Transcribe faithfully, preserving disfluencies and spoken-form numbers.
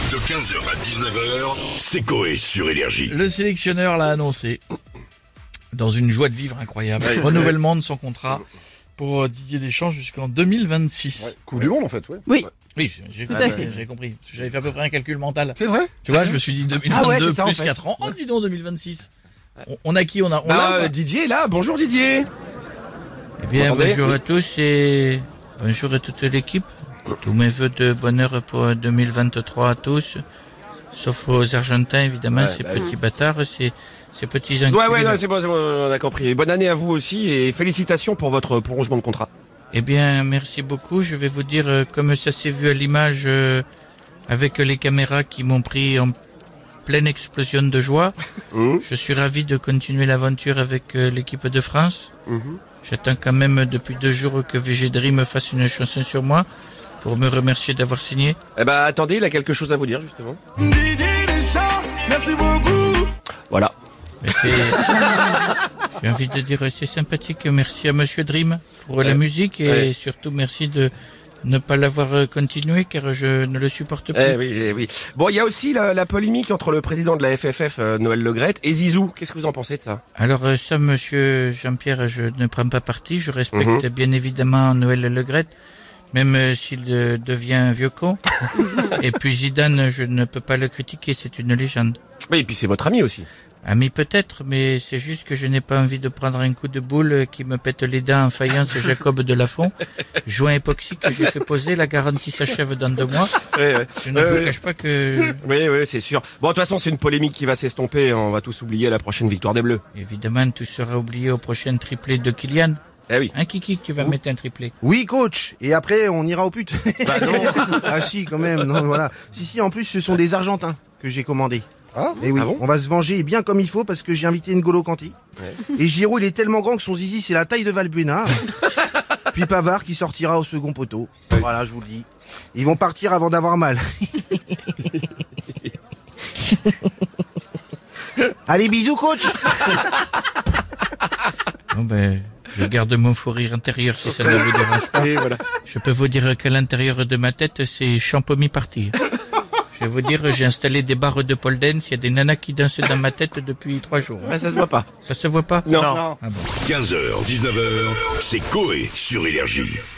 De quinze heures à dix-neuf heures, c'est Coé sur Énergie. Le sélectionneur l'a annoncé, dans une joie de vivre incroyable. Renouvellement de son contrat pour Didier Deschamps jusqu'en deux mille vingt-six. Ouais, Coupe du Monde en fait, ouais. Oui. Oui, j'ai Tout à fait. j'ai compris. Parce que j'avais fait à peu près un calcul mental. C'est vrai? Tu vois, je me suis dit deux mille vingt-deux Ah ouais, c'est ça, en plus fait. quatre ans. Oh, dis donc, deux mille vingt-six. On, on a qui? On a, on Bah, l'a ou euh, pas Didier est là. Bonjour Didier. Eh bien, Entendez bonjour à tous et bonjour à toute l'équipe. Tous mes vœux de bonheur pour deux mille vingt-trois à tous. Sauf aux Argentins, évidemment, Ouais, ces bah petits bâtards, ces, ces petits Ouais, enculés. ouais, non, c'est bon, c'est bon, on a compris. Bonne année à vous aussi et félicitations pour votre prolongement de contrat. Eh bien, merci beaucoup. Je vais vous dire, euh, comme ça s'est vu à l'image, euh, avec les caméras qui m'ont pris en pleine explosion de joie. Mmh. Je suis ravi de continuer l'aventure avec euh, l'équipe de France. Mmh. J'attends quand même depuis deux jours que V G Dream fasse une chanson sur moi pour me remercier d'avoir signé. Eh ben, attendez, il a quelque chose à vous dire, justement. Didier Deschamps, merci beaucoup. Voilà. Mais c'est... J'ai envie de dire, c'est sympathique. Merci à Monsieur Dream pour la Ouais. musique et Ouais. surtout merci de ne pas l'avoir euh, continué car je ne le supporte plus. Eh oui, eh oui. Bon, il y a aussi la, la polémique entre le président de la F F F, euh, Noël Le Graët, et Zizou. Qu'est-ce que vous en pensez de ça? Alors euh, ça, Monsieur Jean-Pierre, je ne prends pas parti. Je respecte bien évidemment Noël Le Graët, même euh, s'il euh, devient un vieux con. Et puis Zidane, je ne peux pas le critiquer, c'est une légende. Oui, et puis c'est votre ami aussi. Ami peut-être, mais c'est juste que je n'ai pas envie de prendre un coup de boule euh, qui me pète les dents en faïence Jacob de Lafont. Joint époxy que j'ai fait poser, la garantie s'achève dans deux mois. Ouais, ouais. Je ne Ouais, vous ouais. cache pas que, Oui, oui, c'est sûr. Bon, de toute façon, c'est une polémique qui va s'estomper. On va tous oublier la prochaine victoire des Bleus. évidemment, tout sera oublié au prochain triplé de Kylian. Eh oui. Hein, Kiki, tu vas mettre un triplé. Oui, coach. Et après, on ira au pute. Bah non. Ah si, quand même. Non, voilà. Si, si. En plus, ce sont des Argentins que j'ai commandés. Ah, Et oui, Ah bon on va se venger bien comme il faut parce que j'ai invité N'Golo Kanté. Et Giroud, il est tellement grand que son zizi, c'est la taille de Valbuena. Puis Pavard qui sortira au second poteau. Voilà, je vous le dis. Ils vont partir avant d'avoir mal. Allez, bisous, coach. Bon ben, je garde mon fou rire intérieur si ça ne vous dérange pas. Et voilà. Je peux vous dire qu'à l'intérieur de ma tête, c'est champomis parti. Je vais vous dire, j'ai installé des barres de pole dance, il y a des nanas qui dansent dans ma tête depuis trois jours. Ah, ça se voit pas. Ça se voit pas? Non. Ah bon. quinze heures, dix-neuf heures, c'est Coé sur Énergie.